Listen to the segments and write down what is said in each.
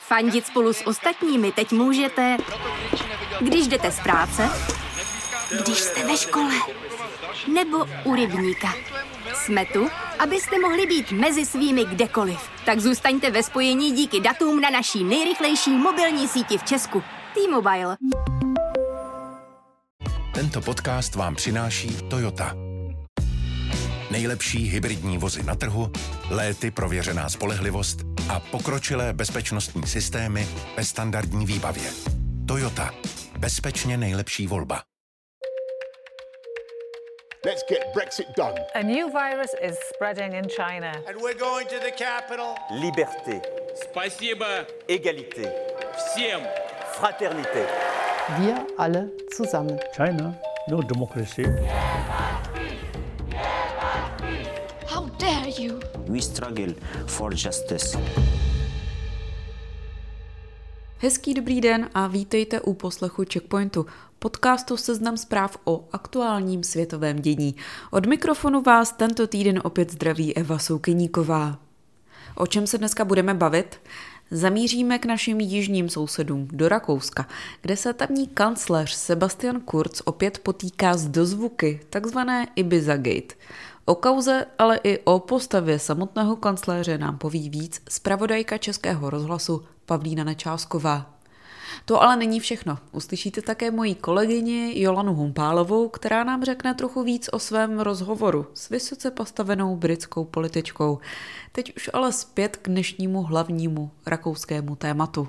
Fandit spolu s ostatními teď můžete, když jdete z práce, když jste ve škole, nebo u rybníka. Jsme tu, abyste mohli být mezi svými kdekoliv. Tak zůstaňte ve spojení díky datům na naší nejrychlejší mobilní síti v Česku. T-Mobile. Tento podcast vám přináší Toyota. Nejlepší hybridní vozy na trhu, léty prověřená spolehlivost a pokročilé bezpečnostní systémy ve standardní výbavě. Toyota. Bezpečně nejlepší volba. Let's get Brexit done. A new virus is spreading in China. And we're going to the capital. Liberté. Спасибо. Égalité. Всем. Fraternité. Wir alle zusammen. China, no democracy. How dare you? We struggle for justice. Hezký dobrý den a vítejte u poslechu Checkpointu, podcastu Seznam zpráv o aktuálním světovém dění. Od mikrofonu vás tento týden opět zdraví Eva Soukyníková. O čem se dneska budeme bavit? Zamíříme k našim jižním sousedům, do Rakouska, kde se tamní kancléř Sebastian Kurz opět potýká s dozvuky, takzvané Ibiza-gate. O kauze, ale i o postavě samotného kancléře nám poví víc zpravodajka Českého rozhlasu Pavlína Nečásková. To ale není všechno. Uslyšíte také moji kolegyni Jolanu Humpálovou, která nám řekne trochu víc o svém rozhovoru s vysoce postavenou britskou političkou. Teď už ale zpět k dnešnímu hlavnímu rakouskému tématu.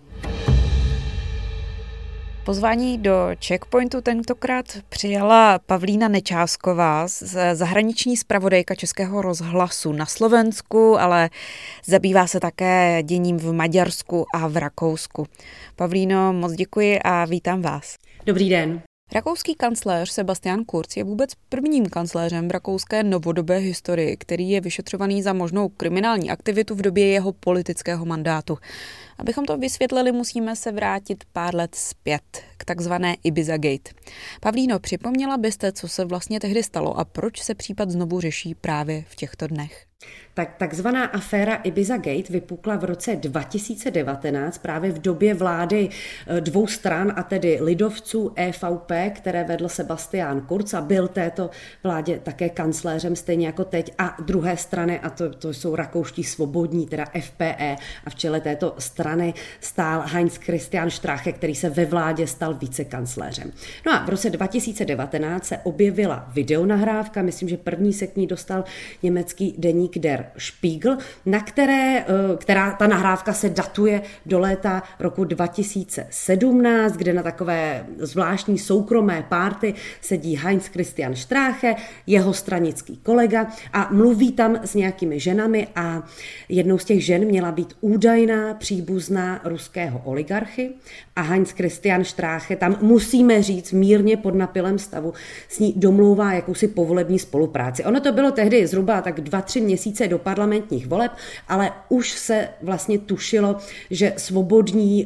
Pozvání do Checkpointu tentokrát přijala Pavlína Nečásková, zahraniční zpravodajka Českého rozhlasu na Slovensku, ale zabývá se také děním v Maďarsku a v Rakousku. Pavlíno, moc děkuji a vítám vás. Dobrý den. Rakouský kancléř Sebastian Kurz je vůbec prvním kancléřem v rakouské novodobé historii, který je vyšetřovaný za možnou kriminální aktivitu v době jeho politického mandátu. Abychom to vysvětlili, musíme se vrátit pár let zpět k takzvané Ibiza-gate. Pavlíno, připomněla byste, co se vlastně tehdy stalo a proč se případ znovu řeší právě v těchto dnech? Takzvaná aféra Ibiza-gate vypukla v roce 2019 právě v době vlády dvou stran, a tedy lidovců EVP, které vedl Sebastian Kurz a byl této vládě také kancléřem stejně jako teď, a druhé strany, a to jsou rakouští svobodní, teda FPE, a v čele této strany stál Heinz Christian Strache, který se ve vládě stal vicekancléřem. No a v roce 2019 se objevila videonahrávka, myslím, že první se k ní dostal německý deník Der Spiegel, která ta nahrávka se datuje do léta roku 2017, kde na takové zvláštní soukromé párty sedí Heinz Christian Strache, jeho stranický kolega, a mluví tam s nějakými ženami a jednou z těch žen měla být údajná příbuzná ruského oligarchy a Heinz Christian Strache tam, musíme říct, mírně pod napilem stavu s ní domlouvá jakousi povolební spolupráci. Ono to bylo tehdy zhruba tak 2-3 měsíce do parlamentních voleb, ale už se vlastně tušilo, že svobodní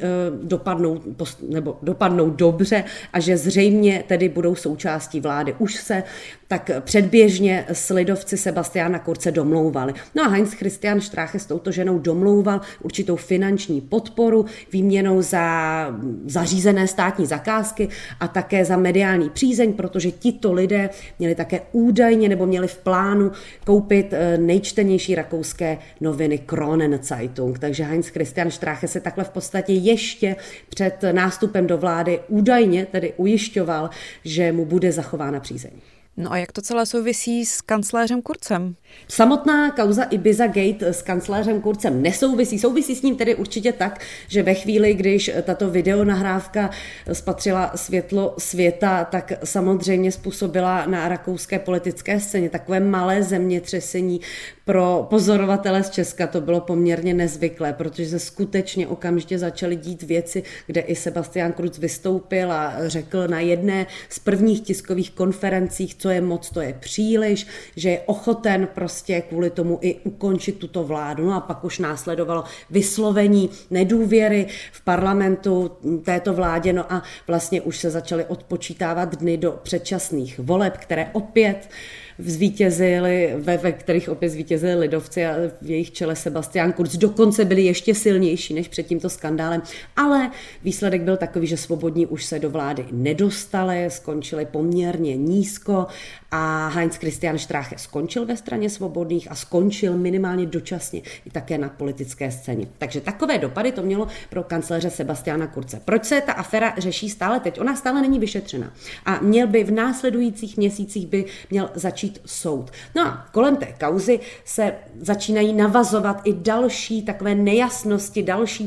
dopadnou dobře a že zřejmě tedy budou součástí vlády. Už se tak předběžně s lidovci Sebastiana Kurze domlouvali. No a Heinz Christian Strache s touto ženou domlouval určitou finanční podporu výměnou za zařízené státní zakázky a také za mediální přízeň, protože tito lidé měli také údajně nebo měli v plánu koupit nejčtenější rakouské noviny Kronen Zeitung. Takže Heinz Christian Strache se takhle v podstatě ještě před nástupem do vlády údajně tedy ujišťoval, že mu bude zachována přízeň. No a jak to celé souvisí s kancléřem Kurzem? Samotná kauza Ibiza-gate s kancléřem Kurzem nesouvisí. Souvisí s ním tedy určitě tak, že ve chvíli, když tato videonahrávka spatřila světlo světa, tak samozřejmě způsobila na rakouské politické scéně takové malé zemětřesení. Pro pozorovatele z Česka to bylo poměrně nezvyklé, protože se skutečně okamžitě začaly dít věci, kde i Sebastian Kurz vystoupil a řekl na jedné z prvních tiskových konferencích, co je moc, to je příliš, že je ochoten prostě kvůli tomu i ukončit tuto vládu. No a pak už následovalo vyslovení nedůvěry v parlamentu této vládě, no a vlastně už se začaly odpočítávat dny do předčasných voleb, které opět ve kterých opět zvítězili lidovci a v jejich čele Sebastian Kurz dokonce byli ještě silnější než před tímto skandálem, ale výsledek byl takový, že Svobodní už se do vlády nedostali, skončili poměrně nízko a Heinz Christian Strache skončil ve straně Svobodných a skončil minimálně dočasně i také na politické scéně. Takže takové dopady to mělo pro kancléře Sebastiana Kurze. Proč se ta aféra řeší stále teď? Ona stále není vyšetřena a v následujících měsících by měl začít soud. No a kolem té kauzy se začínají navazovat i další takové nejasnosti, další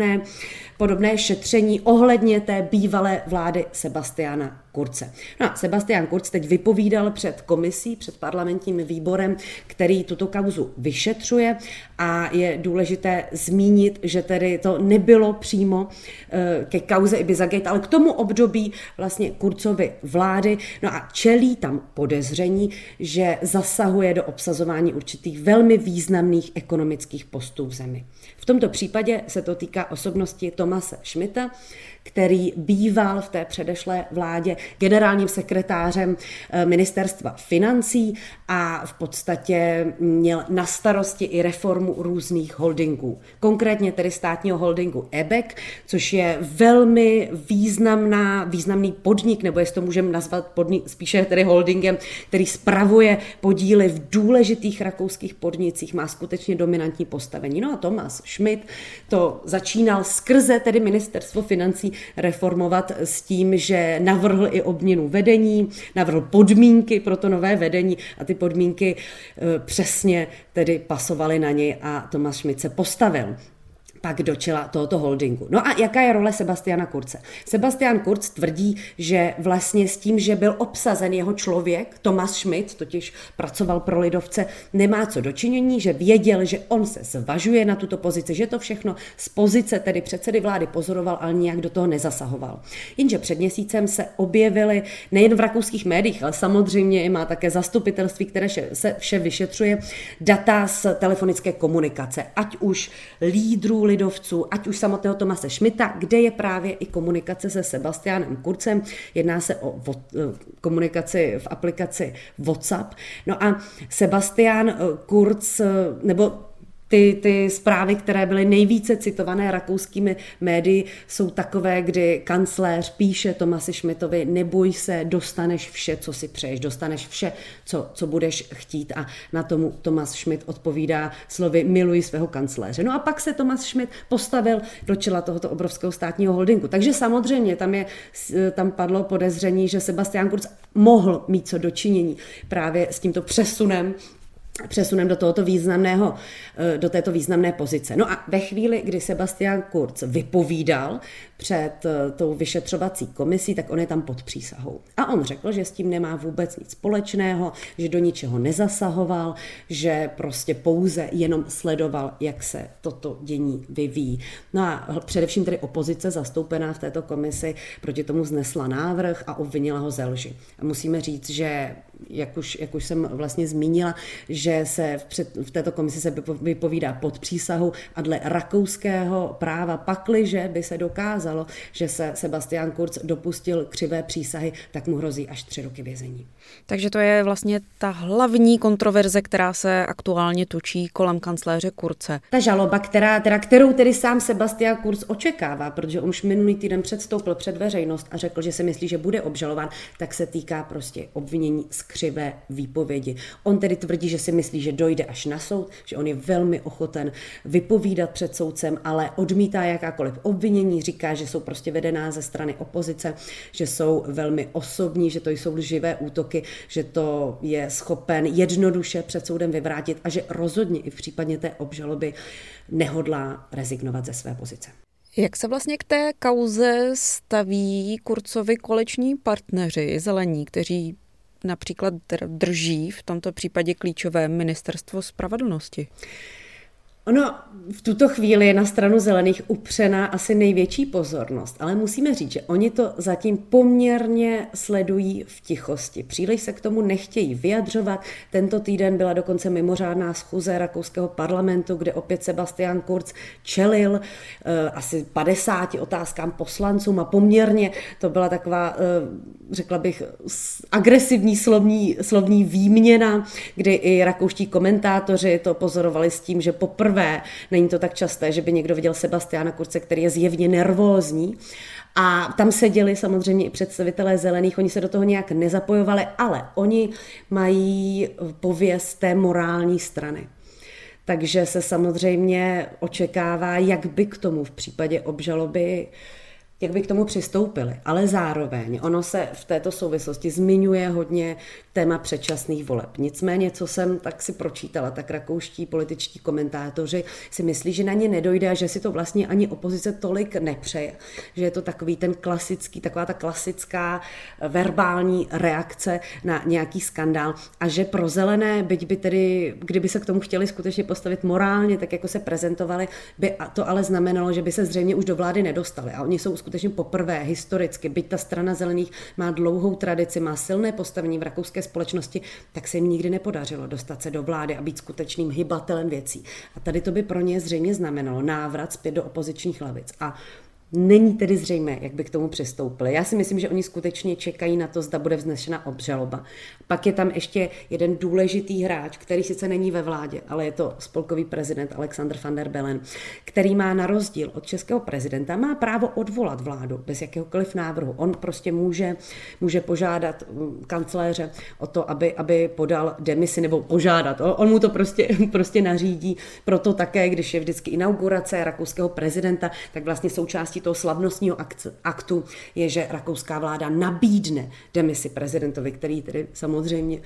podobné šetření ohledně té bývalé vlády Sebastiana Kurze. No a Sebastian Kurz teď vypovídal před komisí, před parlamentním výborem, který tuto kauzu vyšetřuje a je důležité zmínit, že tedy to nebylo přímo ke kauze Ibizagate, ale k tomu období vlastně Kurzovy vlády. No a čelí tam podezření, že zasahuje do obsazování určitých velmi významných ekonomických postů v zemi. V tomto případě se to týká osobnosti Thomase Schmidta, který býval v té předešlé vládě generálním sekretářem ministerstva financí a v podstatě měl na starosti i reformu různých holdingů. Konkrétně tedy státního holdingu EBEC, což je velmi významný podnik, nebo jestli to můžeme nazvat podnik, spíše tedy holdingem, který spravuje podíly v důležitých rakouských podnicích, má skutečně dominantní postavení. No a Thomas Schmidt to začínal skrze tedy ministerstvo financí reformovat s tím, že navrhl i obměnu vedení, navrhl podmínky pro to nové vedení a ty podmínky přesně tedy pasovaly na něj a Thomas Schmidt se postavil pak do čela tohoto holdingu. No a jaká je role Sebastiana Kurze? Sebastian Kurz tvrdí, že vlastně s tím, že byl obsazen jeho člověk, Thomas Schmidt, totiž pracoval pro lidovce, nemá co dočinění, že věděl, že on se zvažuje na tuto pozici, že to všechno z pozice tedy předsedy vlády pozoroval, ale nijak do toho nezasahoval. Jenže před měsícem se objevily nejen v rakouských médiích, ale samozřejmě má také zastupitelství, které se vše vyšetřuje, data z telefonické komunikace, ať už lídrů lidovců, ať už samotného Thomase Schmidta, kde je právě i komunikace se Sebastianem Kurzem. Jedná se o komunikaci v aplikaci WhatsApp. No a Sebastian Kurz, nebo ty zprávy, které byly nejvíce citované rakouskými médii, jsou takové, kdy kancléř píše Thomasi Schmidtovi: neboj se, dostaneš vše, co si přeješ, dostaneš vše, co budeš chtít. A na tomu Thomas Schmidt odpovídá slovy: miluji svého kancléře. No a pak se Thomas Schmidt postavil do čela tohoto obrovského státního holdingu. Takže samozřejmě tam padlo podezření, že Sebastian Kurz mohl mít co dočinění právě s tímto přesunem do této významné pozice. No a ve chvíli, kdy Sebastian Kurz vypovídal před tou vyšetřovací komisí, tak on je tam pod přísahou. A on řekl, že s tím nemá vůbec nic společného, že do ničeho nezasahoval, že prostě pouze jenom sledoval, jak se toto dění vyvíjí. No a především tedy opozice zastoupená v této komisi proti tomu vznesla návrh a obvinila ho ze lži. A musíme říct, že jak už jsem vlastně zmínila, že se v této komisi se vypovídá pod přísahou a dle rakouského práva, pakliže by se dokázalo, že se Sebastian Kurz dopustil křivé přísahy, tak mu hrozí až 3 roky vězení. Takže to je vlastně ta hlavní kontroverze, která se aktuálně točí kolem kancléře Kurze. Ta žaloba, kterou tedy sám Sebastian Kurz očekává, protože on už minulý týden předstoupil před veřejnost a řekl, že si myslí, že bude obžalován, tak se týká prostě obvinění z křivé výpovědi. On tedy tvrdí, že si myslí, že dojde až na soud, že on je velmi ochoten vypovídat před soudcem, ale odmítá jakákoliv obvinění, říká, že jsou prostě vedená ze strany opozice, že jsou velmi osobní, že to jsou lživé útoky, že to je schopen jednoduše před soudem vyvrátit a že rozhodně i v případě té obžaloby nehodlá rezignovat ze své pozice. Jak se vlastně k té kauze staví Kurzovi koaliční partneři zelení, kteří například drží v tomto případě klíčové ministerstvo spravedlnosti? Ono v tuto chvíli je na stranu zelených upřená asi největší pozornost, ale musíme říct, že oni to zatím poměrně sledují v tichosti. Příliš se k tomu nechtějí vyjadřovat. Tento týden byla dokonce mimořádná schůze rakouského parlamentu, kde opět Sebastian Kurz čelil asi 50 otázkám poslancům a poměrně to byla taková, řekla bych, agresivní slovní výměna, kdy i rakouští komentátoři to pozorovali s tím, že poprvé, není to tak časté, že by někdo viděl Sebastiana Kurze, který je zjevně nervózní. A tam seděli samozřejmě i představitelé zelených, oni se do toho nějak nezapojovali, ale oni mají pověst té morální strany. Takže se samozřejmě očekává, jak by k tomu v případě obžaloby, jak by k tomu přistoupili. Ale zároveň ono se v této souvislosti zmiňuje hodně téma předčasných voleb. Nicméně, co jsem tak si pročítala, tak rakouští političtí komentátoři si myslí, že na ně nedojde a že si to vlastně ani opozice tolik nepřeje. Že je to takový ten klasický, taková ta klasická verbální reakce na nějaký skandál a že pro zelené, byť by tedy, kdyby se k tomu chtěli skutečně postavit morálně, tak jako se prezentovali, by to ale znamenalo, že by se zřejmě už do vlády nedostali. A oni jsou skutečně poprvé historicky, byť ta strana zelených má dlouhou tradici, má silné postavení v rakouské společnosti, tak se jim nikdy nepodařilo dostat se do vlády a být skutečným hybatelem věcí. A tady to by pro ně zřejmě znamenalo návrat zpět do opozičních lavic. A není tedy zřejmé, jak by k tomu přistoupili. Já si myslím, že oni skutečně čekají na to, zda bude vznešena obžaloba. Pak je tam ještě jeden důležitý hráč, který sice není ve vládě, ale je to spolkový prezident Alexander van der Bellen, který má na rozdíl od českého prezidenta má právo odvolat vládu bez jakéhokoliv návrhu. On prostě může požádat kancléře o to, aby podal demisi nebo požádat. On mu to prostě nařídí. Proto také, když je vždycky inaugurace rakouského prezidenta, tak vlastně součástí toho slavnostního aktu je, že rakouská vláda nabídne demisi prezidentovi, který tedy samozřejmě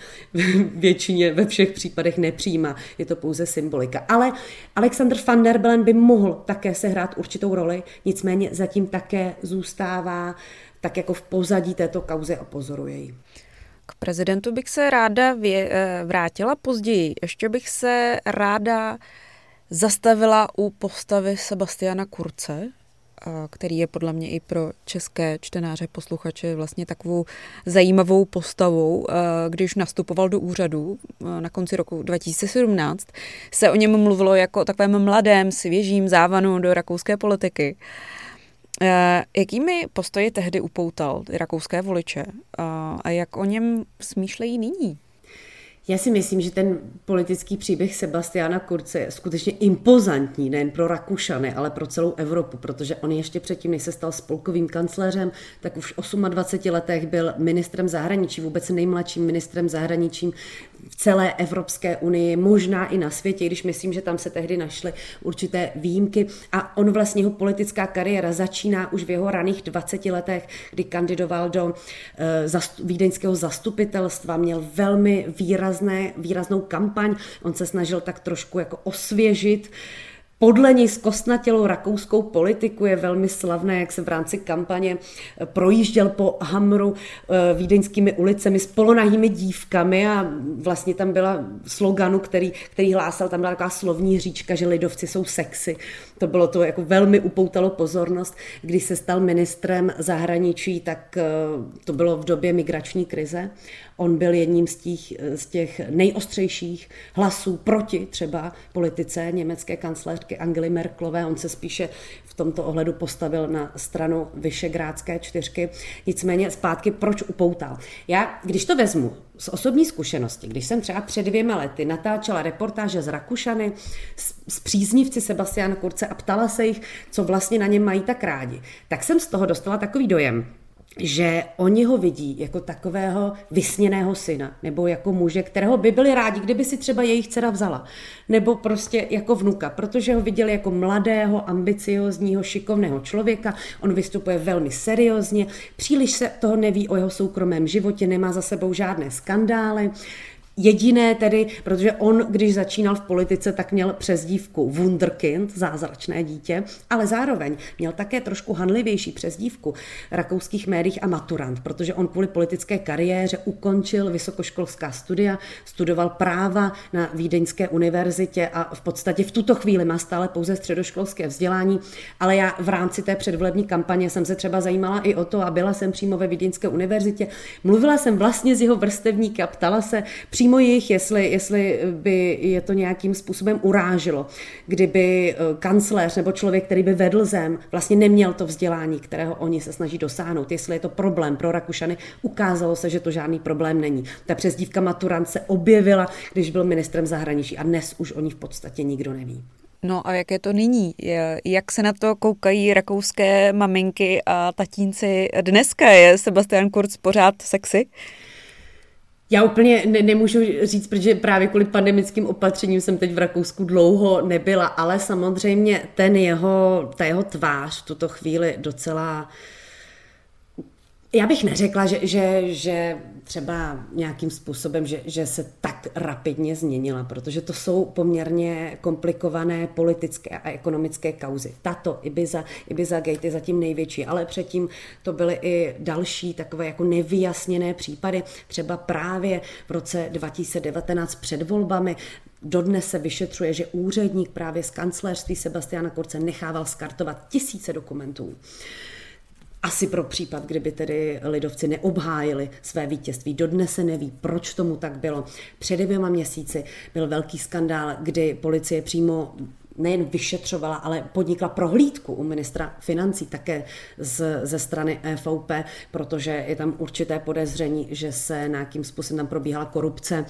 většině ve všech případech nepřijímá. Je to pouze symbolika. Ale Alexander van der Bellen by mohl také sehrát určitou roli, nicméně zatím také zůstává tak jako v pozadí této kauzy a pozoruje ji. K prezidentu bych se ráda vrátila později. Ještě bych se ráda zastavila u postavy Sebastiana Kurze, který je podle mě i pro české čtenáře, posluchače vlastně takovou zajímavou postavou. Když nastupoval do úřadu na konci roku 2017, se o něm mluvilo jako o takovém mladém, svěžím závanu do rakouské politiky. Jakými postoji tehdy upoutal rakouské voliče a jak o něm smýšlejí nyní? Já si myslím, že ten politický příběh Sebastiana Kurze je skutečně impozantní, nejen pro Rakušany, ale pro celou Evropu, protože on ještě předtím, než se stal spolkovým kancléřem, tak už v 28 letech byl ministrem zahraničí, vůbec nejmladším ministrem zahraničí v celé Evropské unii, možná i na světě, když myslím, že tam se tehdy našly určité výjimky. A on vlastně, jeho politická kariéra začíná už v jeho raných 20 letech, kdy kandidoval do vídeňského zastupitelstva, měl velmi výraznou kampaň, on se snažil tak trošku jako osvěžit podle něj zkostnatělou rakouskou politiku. Je velmi slavné, jak se v rámci kampaně projížděl po Hamru vídeňskými ulicemi s polonahými dívkami a vlastně tam byla sloganu, který hlásal, tam byla taková slovní hříčka, že lidovci jsou sexy. To jako velmi upoutalo pozornost. Když se stal ministrem zahraničí, tak to bylo v době migrační krize. On byl jedním z těch nejostřejších hlasů proti třeba politice německé kancléřky Angely Merkelové. On se spíše v tomto ohledu postavil na stranu Visegrádské čtyřky. Nicméně zpátky, proč upoutal? Já, když to vezmu z osobní zkušenosti, když jsem třeba před 2 lety natáčela reportáže z Rakušany s příznivci Sebastiana Kurze a ptala se jich, co vlastně na něm mají tak rádi, tak jsem z toho dostala takový dojem, že oni ho vidí jako takového vysněného syna, nebo jako muže, kterého by byli rádi, kdyby si třeba jejich dcera vzala, nebo prostě jako vnuka, protože ho viděli jako mladého, ambiciózního, šikovného člověka, on vystupuje velmi seriózně, příliš se toho neví o jeho soukromém životě, nemá za sebou žádné skandály, Jediné tedy, protože on, když začínal v politice, tak měl přezdívku Wunderkind, zázračné dítě, ale zároveň měl také trošku hanlivější přezdívku v rakouských médiích a maturant, protože on kvůli politické kariéře ukončil vysokoškolská studia, studoval práva na Vídeňské univerzitě a v podstatě v tuto chvíli má stále pouze středoškolské vzdělání, ale já v rámci té předvolební kampaně jsem se třeba zajímala i o to a byla jsem přímo ve Vídeňské univerzitě. Mluvila jsem vlastně s jeho vrstevníky a ptala se přímo jich, jestli by je to nějakým způsobem uráželo, kdyby kancléř nebo člověk, který by vedl zem, vlastně neměl to vzdělání, kterého oni se snaží dosáhnout, jestli je to problém pro Rakušany. Ukázalo se, že to žádný problém není. Ta přezdívka maturant se objevila, když byl ministrem zahraničí a dnes už o ní v podstatě nikdo neví. No a jak je to nyní? Jak se na to koukají rakouské maminky a tatínci dneska? Je Sebastian Kurz pořád sexy? Já úplně nemůžu říct, protože právě kvůli pandemickým opatřením jsem teď v Rakousku dlouho nebyla, ale samozřejmě ta jeho tvář v tuto chvíli docela... Já bych neřekla, že třeba nějakým způsobem, že se tak rapidně změnila, protože to jsou poměrně komplikované politické a ekonomické kauzy. Tato Ibiza Gate je zatím největší, ale předtím to byly i další takové jako nevyjasněné případy, třeba právě v roce 2019 před volbami. Dodnes se vyšetřuje, že úředník právě z kancléřství Sebastiana Kurze nechával skartovat tisíce dokumentů. Asi pro případ, kdyby tedy lidovci neobhájili své vítězství. Dodnes se neví, proč tomu tak bylo. Před 2 měsíci byl velký skandál, kdy policie přímo nejen vyšetřovala, ale podnikla prohlídku u ministra financí také ze strany EVP, protože je tam určité podezření, že se nějakým způsobem tam probíhala korupce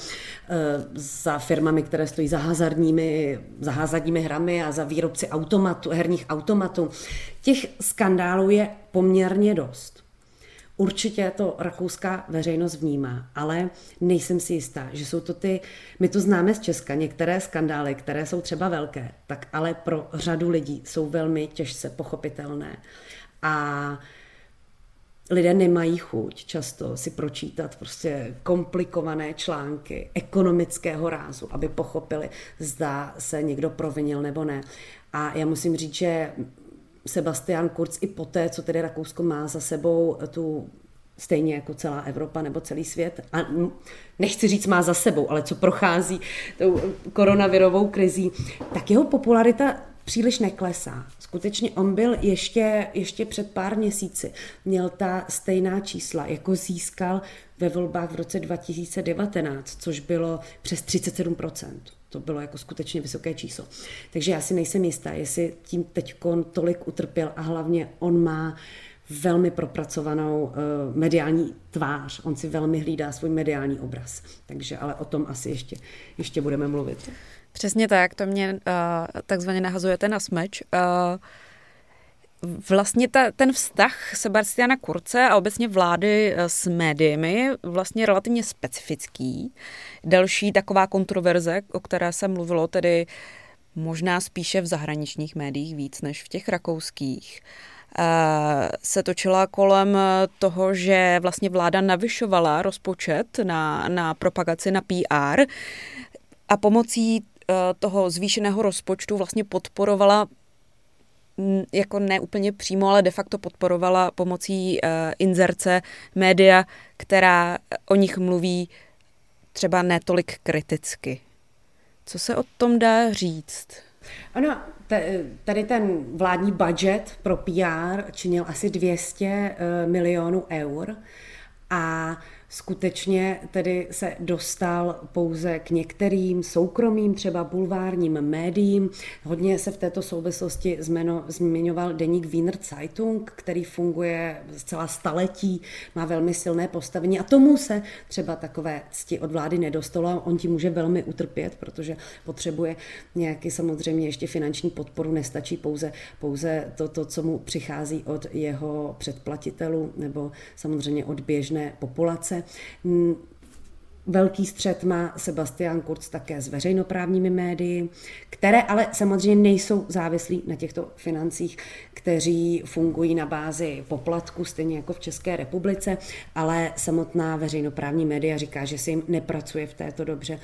za firmami, které stojí za hazardními hrami a za výrobci herních automatů. Těch skandálů je poměrně dost. Určitě to rakouská veřejnost vnímá, ale nejsem si jistá, že jsou to my to známe z Česka, některé skandály, které jsou třeba velké, tak ale pro řadu lidí jsou velmi těžce pochopitelné. A lidé nemají chuť často si pročítat prostě komplikované články ekonomického rázu, aby pochopili, zda se někdo provinil nebo ne. A já musím říct, že Sebastian Kurz i poté, co tedy Rakousko má za sebou stejně jako celá Evropa nebo celý svět, a nechci říct má za sebou, ale co prochází tou koronavirovou krizí, tak jeho popularita příliš neklesá. Skutečně on byl ještě před pár měsíci, měl ta stejná čísla, jako získal ve volbách v roce 2019, což bylo přes 37%. To bylo jako skutečně vysoké číslo. Takže já si nejsem jistá, jestli tím teďkon tolik utrpěl a hlavně on má velmi propracovanou mediální tvář. On si velmi hlídá svůj mediální obraz. Takže ale o tom asi ještě budeme mluvit. Přesně tak, to mě takzvaně nahazujete na smeč. Vlastně ten vztah Sebastiana Kurze a obecně vlády s médiemi je vlastně relativně specifický. Další taková kontroverze, o které se mluvilo tedy možná spíše v zahraničních médiích víc než v těch rakouských, se točila kolem toho, že vlastně vláda navyšovala rozpočet na propagaci, na PR a pomocí toho zvýšeného rozpočtu vlastně podporovala jako ne úplně přímo, ale de facto podporovala pomocí inzerce média, která o nich mluví třeba netolik kriticky. Co se o tom dá říct? Ano, tady ten vládní budget pro PR činil asi 200 milionů eur a skutečně tedy se dostal pouze k některým soukromým, třeba bulvárním médiím. Hodně se v této souvislosti zmiňoval deník Wiener Zeitung, který funguje zcela staletí, má velmi silné postavení a tomu se třeba takové cti od vlády nedostalo. On tím může velmi utrpět, protože potřebuje nějaký samozřejmě ještě finanční podporu, nestačí pouze to, co mu přichází od jeho předplatitelů nebo samozřejmě od běžné populace. Velký střet má Sebastian Kurz také s veřejnoprávními médii, které ale samozřejmě nejsou závislí na těchto financích, kteří fungují na bázi poplatku, stejně jako v České republice, ale samotná veřejnoprávní média říká, že se jim nepracuje v této dobře,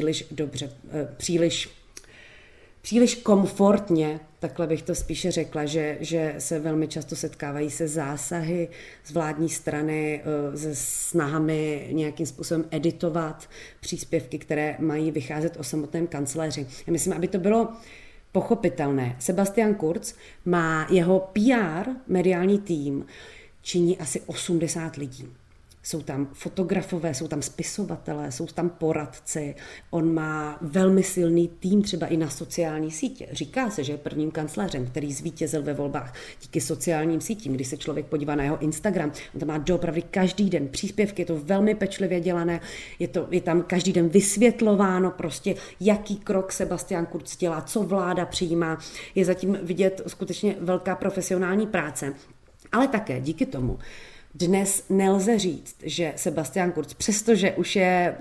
příliš komfortně, takhle bych to spíše řekla, že se velmi často setkávají se zásahy z vládní strany, se snahami nějakým způsobem editovat příspěvky, které mají vycházet o samotném kancléři. Já myslím, aby to bylo pochopitelné. Sebastian Kurz má jeho PR, mediální tým, činí asi 80 lidí. Jsou tam fotografové, jsou tam spisovatelé, jsou tam poradci. On má velmi silný tým třeba i na sociální sítě. Říká se, že je prvním kancléřem, který zvítězil ve volbách díky sociálním sítím. Když se člověk podívá na jeho Instagram, on tam má doopravdy každý den příspěvky, je to velmi pečlivě dělané, je tam každý den vysvětlováno prostě, jaký krok Sebastian Kurz dělá, co vláda přijímá. Je zatím vidět skutečně velká profesionální práce. Ale také díky tomu, dnes nelze říct, že Sebastian Kurz, přestože už je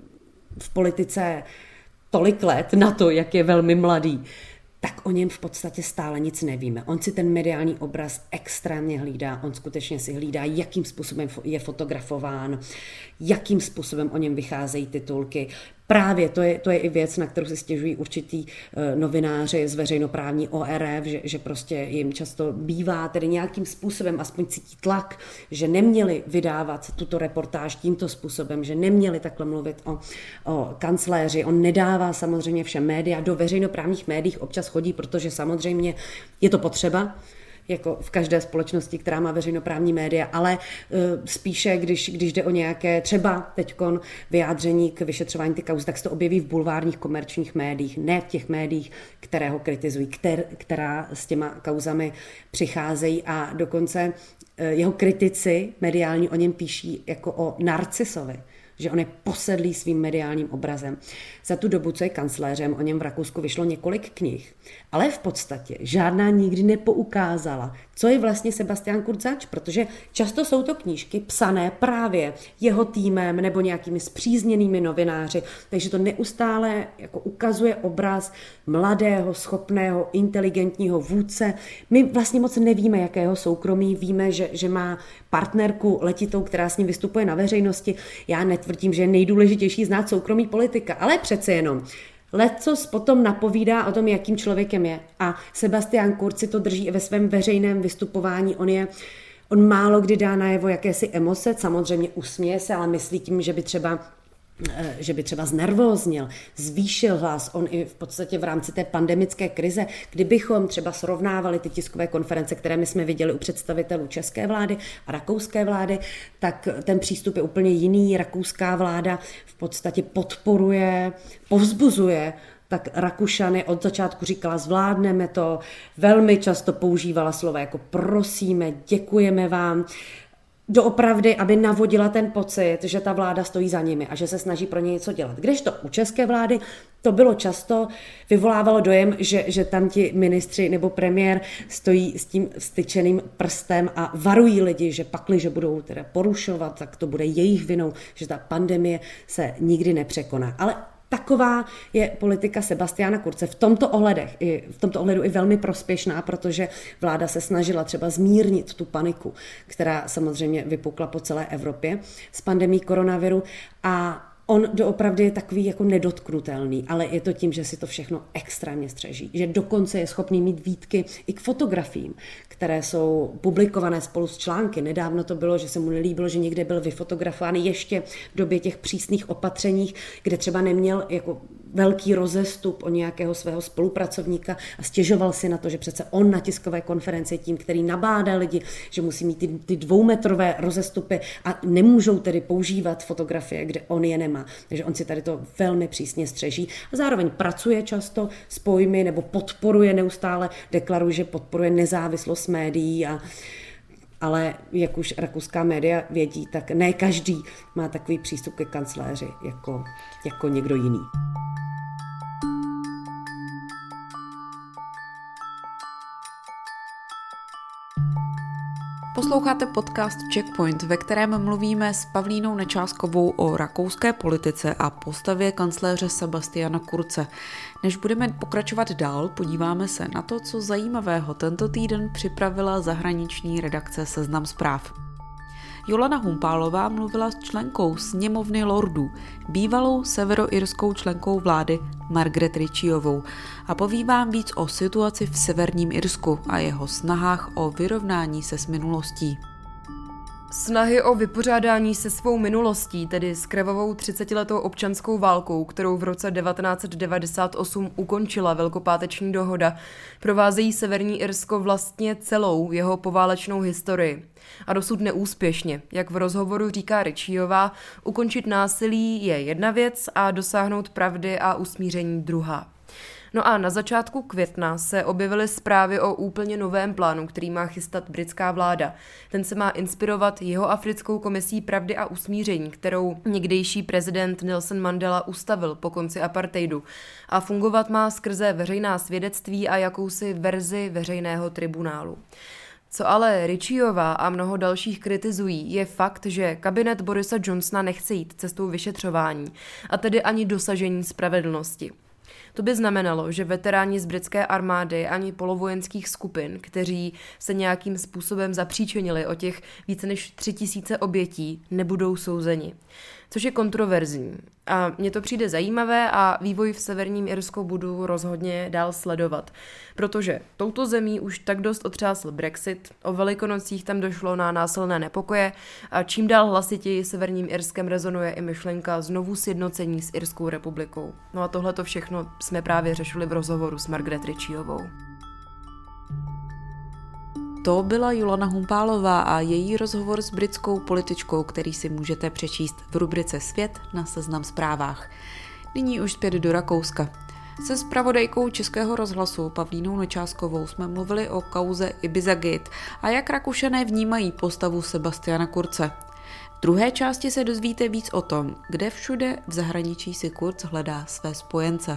v politice tolik let na to, jak je velmi mladý, tak o něm v podstatě stále nic nevíme. On si ten mediální obraz extrémně hlídá, on skutečně si hlídá, jakým způsobem je fotografován, jakým způsobem o něm vycházejí titulky. Právě to je i věc, na kterou si stěžují určitý novináři z veřejnoprávní ORF, že prostě jim často bývá tedy nějakým způsobem aspoň cítí tlak, že neměli vydávat tuto reportáž tímto způsobem, že neměli takhle mluvit o kancléři. On nedává samozřejmě všem média, do veřejnoprávních médií občas chodí, protože samozřejmě je to potřeba, jako v každé společnosti, která má veřejnoprávní média, ale spíše, když jde o nějaké třeba teďkon vyjádření k vyšetřování ty kauzy, tak se to objeví v bulvárních komerčních médiích, ne v těch médiích, které ho kritizují, která s těma kauzami přicházejí a dokonce jeho kritici mediální o něm píší jako o narcisovi, že on je posedlý svým mediálním obrazem. Za tu dobu, co je kancléřem, o něm v Rakousku vyšlo několik knih, ale v podstatě žádná nikdy nepoukázala, co je vlastně Sebastian Kurz zač, protože často jsou to knížky psané právě jeho týmem nebo nějakými spřízněnými novináři, takže to neustále jako ukazuje obraz mladého, schopného, inteligentního vůdce. My vlastně moc nevíme, jakého soukromí, víme, že má partnerku letitou, která s ním vystupuje na veřejnosti. Já netvrdím, že je nejdůležitější znát soukromí politika, ale přece jenom. Lecos potom napovídá o tom, jakým člověkem je. A Sebastian Kurz si to drží i ve svém veřejném vystupování. On málo kdy dá najevo jakési emoce, samozřejmě usměje se, ale myslí tím, že by třeba znervóznil, zvýšil hlas. On i v podstatě v rámci té pandemické krize, kdybychom třeba srovnávali ty tiskové konference, které my jsme viděli u představitelů české vlády a rakouské vlády, tak ten přístup je úplně jiný. Rakouská vláda v podstatě podporuje, povzbuzuje, tak Rakušany od začátku říkala, zvládneme to, velmi často používala slova jako prosíme, děkujeme vám, doopravdy, aby navodila ten pocit, že ta vláda stojí za nimi a že se snaží pro ně něco dělat. Kdežto u české vlády to bylo často, vyvolávalo dojem, že tam ti ministři nebo premiér stojí s tím styčeným prstem a varují lidi, že pakliže budou teda porušovat, tak to bude jejich vinou, že ta pandemie se nikdy nepřekoná. Ale taková je politika Sebastiana Kurze v tomto ohledu i velmi prospěšná, protože vláda se snažila třeba zmírnit tu paniku, která samozřejmě vypukla po celé Evropě s pandemií koronaviru a on doopravdy je takový jako nedotknutelný, ale je to tím, že si to všechno extrémně střeží. Že dokonce je schopný mít výtky i k fotografiím, které jsou publikované spolu s články. Nedávno to bylo, že se mu nelíbilo, že někde byl vyfotografován ještě v době těch přísných opatřeních, kde třeba neměl jako velký rozestup o nějakého svého spolupracovníka a stěžoval si na to, že přece on na tiskové konferenci tím, který nabádá lidi, že musí mít ty 2metrové rozestupy a nemůžou tedy používat fotografie, kde on je nemá. Takže on si tady to velmi přísně střeží a zároveň pracuje často s pojmy nebo podporuje neustále, deklaruje, že podporuje nezávislost médií ale jak už rakouská média vědí, tak ne každý má takový přístup ke kancléři jako někdo jiný. Posloucháte podcast Checkpoint, ve kterém mluvíme s Pavlínou Nečáskovou o rakouské politice a postavě kancléře Sebastiana Kurze. Než budeme pokračovat dál, podíváme se na to, co zajímavého tento týden připravila zahraniční redakce Seznam zpráv. Jolana Humpálová mluvila s členkou sněmovny lordů, bývalou severoirskou členkou vlády Margaret Ritchiovou a poví vám víc o situaci v severním Irsku a jeho snahách o vyrovnání se s minulostí. Snahy o vypořádání se svou minulostí, tedy s krvavou 30letou občanskou válkou, kterou v roce 1998 ukončila Velkopáteční dohoda, provázejí Severní Irsko vlastně celou jeho poválečnou historii. A dosud neúspěšně. Jak v rozhovoru říká Ritchiová, ukončit násilí je jedna věc a dosáhnout pravdy a usmíření druhá. No a na začátku května se objevily zprávy o úplně novém plánu, který má chystat britská vláda. Ten se má inspirovat Jihoafrickou komisí pravdy a usmíření, kterou někdejší prezident Nelson Mandela ustavil po konci apartheidu. A fungovat má skrze veřejná svědectví a jakousi verzi veřejného tribunálu. Co ale Ritchiová a mnoho dalších kritizují, je fakt, že kabinet Borisa Johnsona nechce jít cestou vyšetřování, a tedy ani dosažení spravedlnosti. To by znamenalo, že veteráni z britské armády ani polovojenských skupin, kteří se nějakým způsobem zapříčinili o těch více než 3000 obětí, nebudou souzeni. Což je kontroverzní. A mně to přijde zajímavé a vývoj v severním Irsku budu rozhodně dál sledovat. Protože touto zemí už tak dost otřásl Brexit, o Velikonocích tam došlo na násilné nepokoje a čím dál hlasitěji severním Irskem rezonuje i myšlenka znovu sjednocení s Irskou republikou. No a tohleto všechno jsme právě řešili v rozhovoru s Margaret Ritchiovou. To byla Jolana Humpálová a její rozhovor s britskou političkou, který si můžete přečíst v rubrice Svět na Seznam zprávách. Nyní už zpět do Rakouska. Se zpravodajkou Českého rozhlasu Pavlínou Nečáskovou jsme mluvili o kauze Ibizagate a jak Rakušané vnímají postavu Sebastiana Kurze. V druhé části se dozvíte víc o tom, kde všude v zahraničí si Kurz hledá své spojence.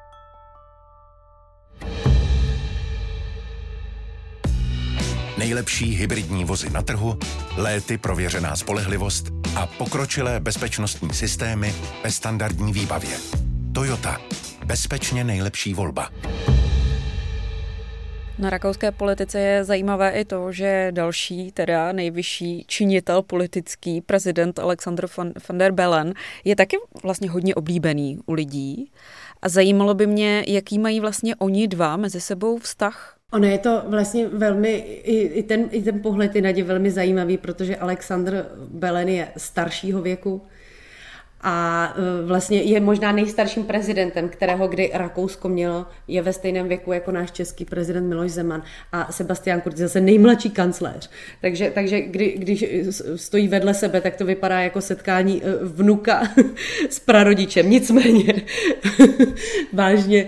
Nejlepší hybridní vozy na trhu, léty prověřená spolehlivost a pokročilé bezpečnostní systémy ve standardní výbavě. Toyota. Bezpečně nejlepší volba. Na rakouské politice je zajímavé i to, že další, teda nejvyšší činitel politický, prezident Alexander van der Bellen, je taky vlastně hodně oblíbený u lidí. A zajímalo by mě, jaký mají vlastně oni dva mezi sebou vztah. Ono je to vlastně velmi, i ten pohled je na ně velmi zajímavý, protože Alexander Bellen je staršího věku a vlastně je možná nejstarším prezidentem, kterého kdy Rakousko mělo, je ve stejném věku jako náš český prezident Miloš Zeman a Sebastian Kurz je zase nejmladší kancléř. Takže když stojí vedle sebe, tak to vypadá jako setkání vnuka s prarodičem. Nicméně vážně...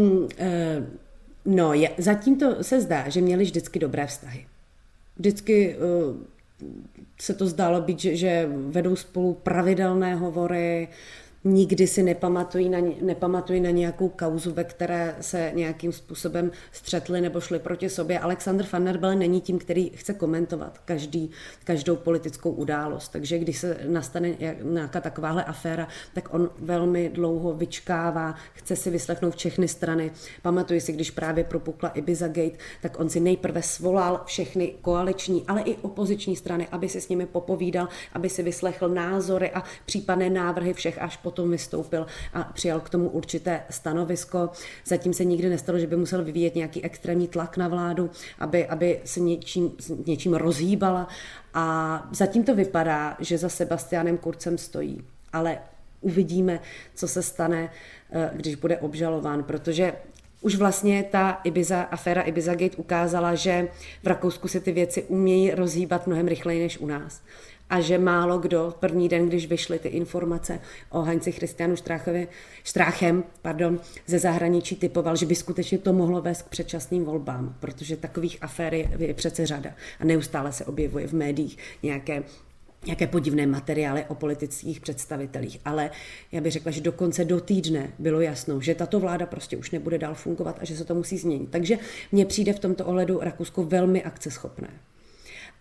No, zatím to se zdá, že měli vždycky dobré vztahy. Vždycky se to zdálo být, že vedou spolu pravidelné hovory, nikdy si nepamatují na nějakou kauzu, ve které se nějakým způsobem střetli nebo šli proti sobě. Alexander van der Bellen není tím, který chce komentovat každou politickou událost. Takže když se nastane nějaká takováhle aféra, tak on velmi dlouho vyčkává, chce si vyslechnout všechny strany. Pamatuji si, když právě propukla Ibizagate, tak on si nejprve svolal všechny koaliční, ale i opoziční strany, aby si s nimi popovídal, aby si vyslechl názory a případné návrhy všech, až potom vystoupil a přijal k tomu určité stanovisko. Zatím se nikdy nestalo, že by musel vyvíjet nějaký extrémní tlak na vládu, aby se něčím rozhýbala. A zatím to vypadá, že za Sebastianem Kurzem stojí. Ale uvidíme, co se stane, když bude obžalován, protože už vlastně ta aféra Ibizagate ukázala, že v Rakousku se ty věci umějí rozhýbat mnohem rychleji než u nás. A že málo kdo první den, když vyšly ty informace o Heinzi Christianu Strachem ze zahraničí typoval, že by skutečně to mohlo vést k předčasným volbám, protože takových afér je přece řada a neustále se objevuje v médiích nějaké podivné materiály o politických představitelích. Ale já bych řekla, že dokonce do týdne bylo jasno, že tato vláda prostě už nebude dál fungovat a že se to musí změnit. Takže mně přijde v tomto ohledu Rakousko velmi akceschopné. A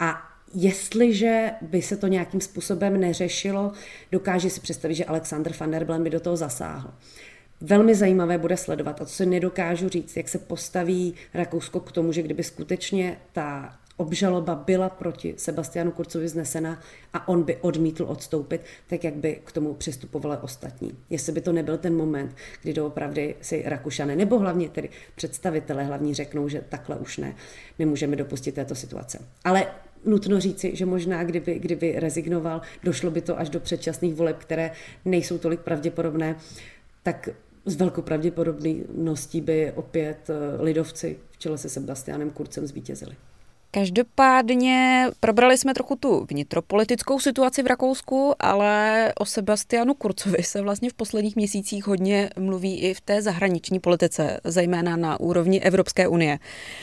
jestliže by se to nějakým způsobem neřešilo, dokáže si představit, že Alexander van der Bellen by do toho zasáhl. Velmi zajímavé bude sledovat, a to se nedokážu říct, jak se postaví Rakousko k tomu, že kdyby skutečně ta obžaloba byla proti Sebastianu Kurzovi vznesena a on by odmítl odstoupit, tak jak by k tomu přistupovali ostatní. Jestli by to nebyl ten moment, kdy doopravdy si Rakušané, nebo hlavně tedy představitelé hlavní řeknou, že takhle už nemůžeme dopustit této situace. Ale nutno říci, že možná kdyby rezignoval, došlo by to až do předčasných voleb, které nejsou tolik pravděpodobné, tak s velkou pravděpodobností by opět lidovci v čele se Sebastianem Kurzem zvítězili. Každopádně probrali jsme trochu tu vnitropolitickou situaci v Rakousku, ale o Sebastianu Kurzovi se vlastně v posledních měsících hodně mluví i v té zahraniční politice, zejména na úrovni Evropské unie.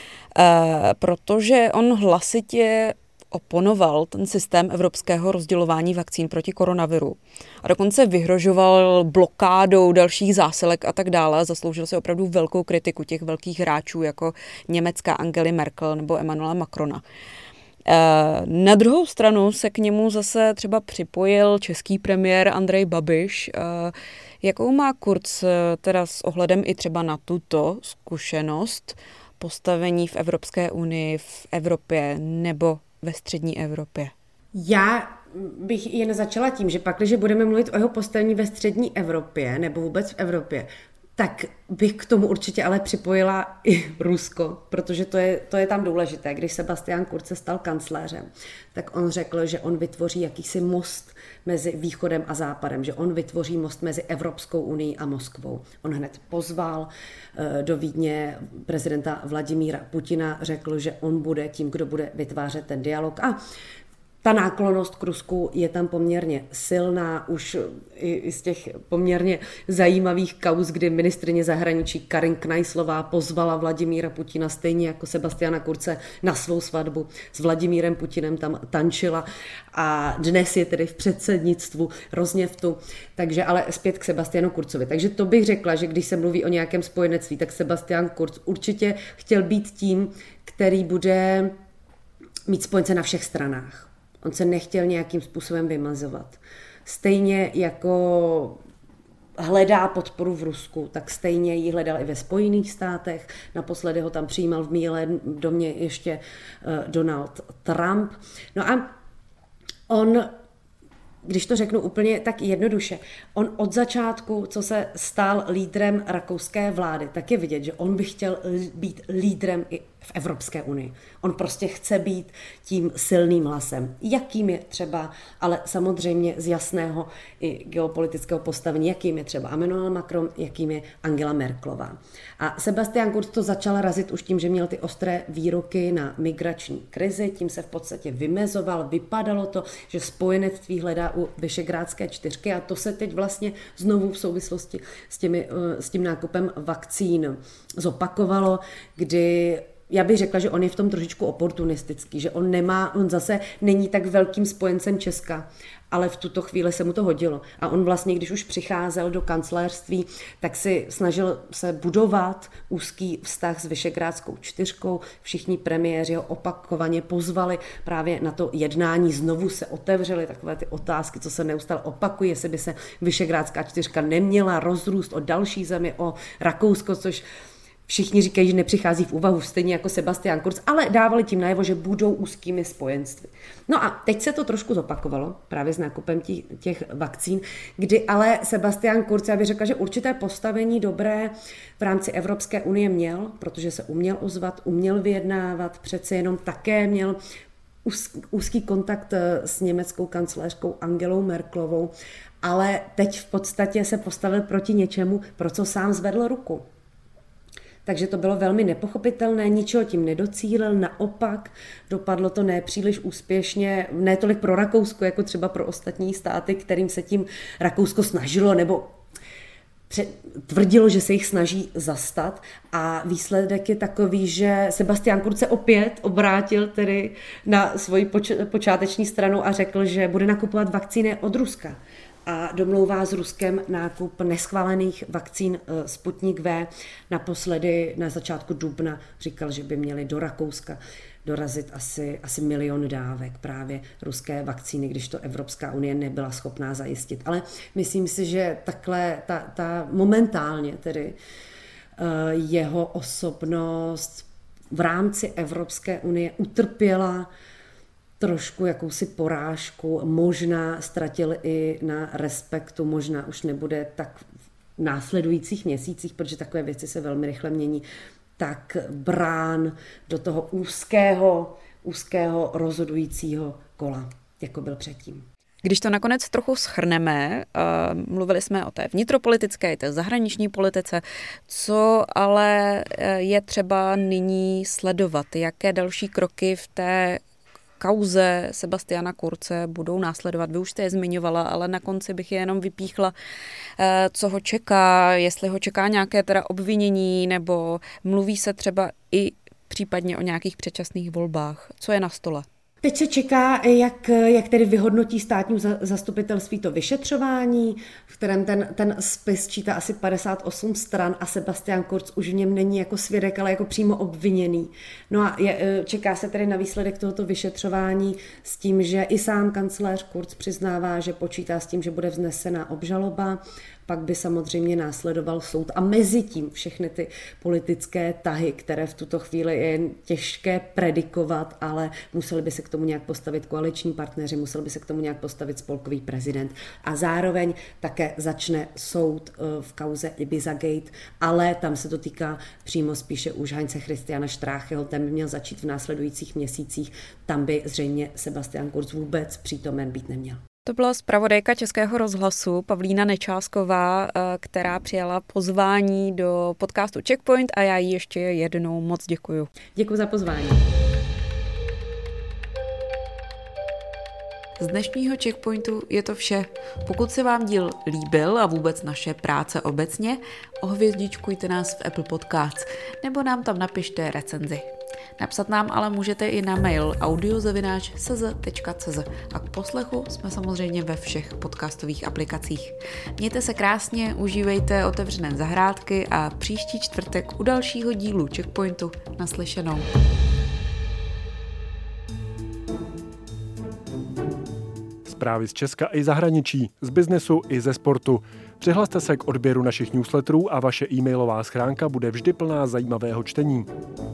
Protože on hlasitě oponoval ten systém evropského rozdělování vakcín proti koronaviru. A dokonce vyhrožoval blokádou dalších zásilek a tak dále. Zasloužil si opravdu velkou kritiku těch velkých hráčů jako německá Angely Merkel nebo Emmanuela Macrona. Na druhou stranu se k němu zase třeba připojil český premiér Andrej Babiš. Jakou má Kurz teda s ohledem i třeba na tuto zkušenost postavení v Evropské unii, v Evropě nebo ve střední Evropě? Já bych jen začala tím, že pak, když budeme mluvit o jeho postavení ve střední Evropě nebo vůbec v Evropě, tak bych k tomu určitě ale připojila i Rusko, protože to je tam důležité. Když Sebastian Kurz se stal kancléřem, tak on řekl, že on vytvoří jakýsi most mezi východem a západem, že on vytvoří most mezi Evropskou unií a Moskvou. On hned pozval do Vídně prezidenta Vladimíra Putina, řekl, že on bude tím, kdo bude vytvářet ten dialog a ta náklonnost k Rusku je tam poměrně silná, už i z těch poměrně zajímavých kauz, kdy ministryně zahraničí Karin Knajslová pozvala Vladimíra Putina stejně jako Sebastiana Kurze na svou svatbu. S Vladimírem Putinem tam tančila a dnes je tedy v předsednictvu Rozněftu. Takže ale zpět k Sebastianu Kurzovi. Takže to bych řekla, že když se mluví o nějakém spojenectví, tak Sebastian Kurz určitě chtěl být tím, který bude mít spojence na všech stranách. On se nechtěl nějakým způsobem vymazovat. Stejně jako hledá podporu v Rusku, tak stejně ji hledal i ve Spojených státech. Naposledy ho tam přijímal v Bílém domě ještě Donald Trump. No a on, když to řeknu úplně tak jednoduše, on od začátku, co se stal lídrem rakouské vlády, tak je vidět, že on by chtěl být lídrem i v Evropské unii. On prostě chce být tím silným hlasem. Jakým je třeba, ale samozřejmě z jasného i geopolitického postavení, jakým je třeba Emmanuel Macron, jakým je Angela Merkelová. A Sebastian Kurz to začal razit už tím, že měl ty ostré výroky na migrační krizi, tím se v podstatě vymezoval, vypadalo to, že spojenectví hledá u Visegrádské čtyřky a to se teď vlastně znovu v souvislosti s tím nákupem vakcín zopakovalo, kdy já bych řekla, že on je v tom trošičku oportunistický, že on zase není tak velkým spojencem Česka, ale v tuto chvíli se mu to hodilo. A on vlastně, když už přicházel do kancléřství, tak si snažil se budovat úzký vztah s Visegrádskou čtyřkou. Všichni premiéři ho opakovaně pozvali právě na to jednání. Znovu se otevřely takové ty otázky, co se neustále opakují, jestli by se Visegrádská čtyřka neměla rozrůst o další zemi, o Rakousko, což všichni říkají, že nepřichází v úvahu, stejně jako Sebastian Kurz, ale dávali tím najevo, že budou úzkými spojenství. No a teď se to trošku zopakovalo právě s nákupem těch vakcín, kdy ale Sebastian Kurz, já bych řekla, že určité postavení dobré v rámci Evropské unie měl, protože se uměl ozvat, uměl vyjednávat, přece jenom také měl úzký kontakt s německou kancléřkou Angelou Merkelovou, ale teď v podstatě se postavil proti něčemu, pro co sám zvedl ruku. Takže to bylo velmi nepochopitelné, ničeho tím nedocílil, naopak dopadlo to nepříliš úspěšně, ne tolik pro Rakousko, jako třeba pro ostatní státy, kterým se tím Rakousko snažilo, nebo tvrdilo, že se jich snaží zastat a výsledek je takový, že Sebastian Kurz se opět obrátil tedy na svoji počáteční stranu a řekl, že bude nakupovat vakcíny od Ruska. A domlouvá s Ruskem nákup neschválených vakcín Sputnik V. Naposledy na začátku dubna říkal, že by měli do Rakouska dorazit asi 1 milion dávek právě ruské vakcíny, když to Evropská unie nebyla schopná zajistit. Ale myslím si, že takhle ta momentálně tedy jeho osobnost v rámci Evropské unie utrpěla trošku jakousi porážku, možná ztratil i na respektu, možná už nebude tak v následujících měsících, protože takové věci se velmi rychle mění, tak brán do toho úzkého rozhodujícího kola, jako byl předtím. Když to nakonec trochu shrneme, mluvili jsme o té vnitropolitické i té zahraniční politice, co ale je třeba nyní sledovat, jaké další kroky v té kauze Sebastiana Kurze budou následovat. Vy už jste je zmiňovala, ale na konci bych je jenom vypíchla, co ho čeká, jestli ho čeká nějaké teda obvinění, nebo mluví se třeba i případně o nějakých předčasných volbách. Co je na stole? Teď se čeká, jak tedy vyhodnotí státní zastupitelství to vyšetřování, v kterém ten spis čítá asi 58 stran a Sebastian Kurz už v něm není jako svědek, ale jako přímo obviněný. No a čeká se tedy na výsledek tohoto vyšetřování s tím, že i sám kancléř Kurz přiznává, že počítá s tím, že bude vznesena obžaloba, pak by samozřejmě následoval soud a mezi tím všechny ty politické tahy, které v tuto chvíli je těžké predikovat, ale museli by se k tomu nějak postavit koaliční partneři, musel by se k tomu nějak postavit spolkový prezident a zároveň také začne soud v kauze Ibizagate, ale tam se to týká přímo spíše už Heinze Christiana Strácheho, ten by měl začít v následujících měsících, tam by zřejmě Sebastian Kurz vůbec přítomen být neměl. To byla zpravodajka Českého rozhlasu Pavlína Nečásková, která přijala pozvání do podcastu Checkpoint a já jí ještě jednou moc děkuju. Děkuji za pozvání. Z dnešního Checkpointu je to vše. Pokud se vám díl líbil a vůbec naše práce obecně, ohvězdičkujte nás v Apple Podcasts nebo nám tam napište recenzi. Napsat nám ale můžete i na mail audio@cz.cz a k poslechu jsme samozřejmě ve všech podcastových aplikacích. Mějte se krásně, užívejte otevřené zahrádky a příští čtvrtek u dalšího dílu Checkpointu naslyšenou. Zprávy z Česka i zahraničí, z biznesu i ze sportu. Přihlaste se k odběru našich newsletterů a vaše e-mailová schránka bude vždy plná zajímavého čtení.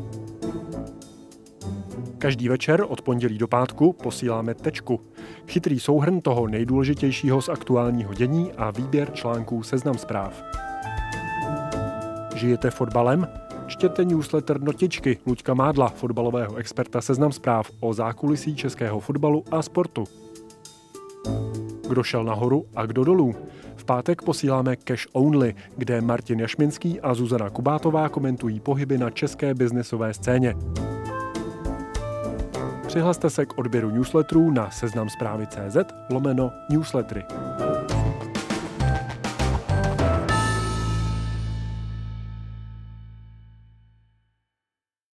Každý večer od pondělí do pátku posíláme Tečku. Chytrý souhrn toho nejdůležitějšího z aktuálního dění a výběr článků Seznam Zpráv. Žijete fotbalem? Čtěte newsletter Notičky Luďka Mádla, fotbalového experta Seznam Zpráv o zákulisí českého fotbalu a sportu. Kdo šel nahoru a kdo dolů? V pátek posíláme Cash Only, kde Martin Jašminský a Zuzana Kubátová komentují pohyby na české biznesové scéně. Přihlaste se k odběru newsletterů na seznamzprávy.cz/newslettery.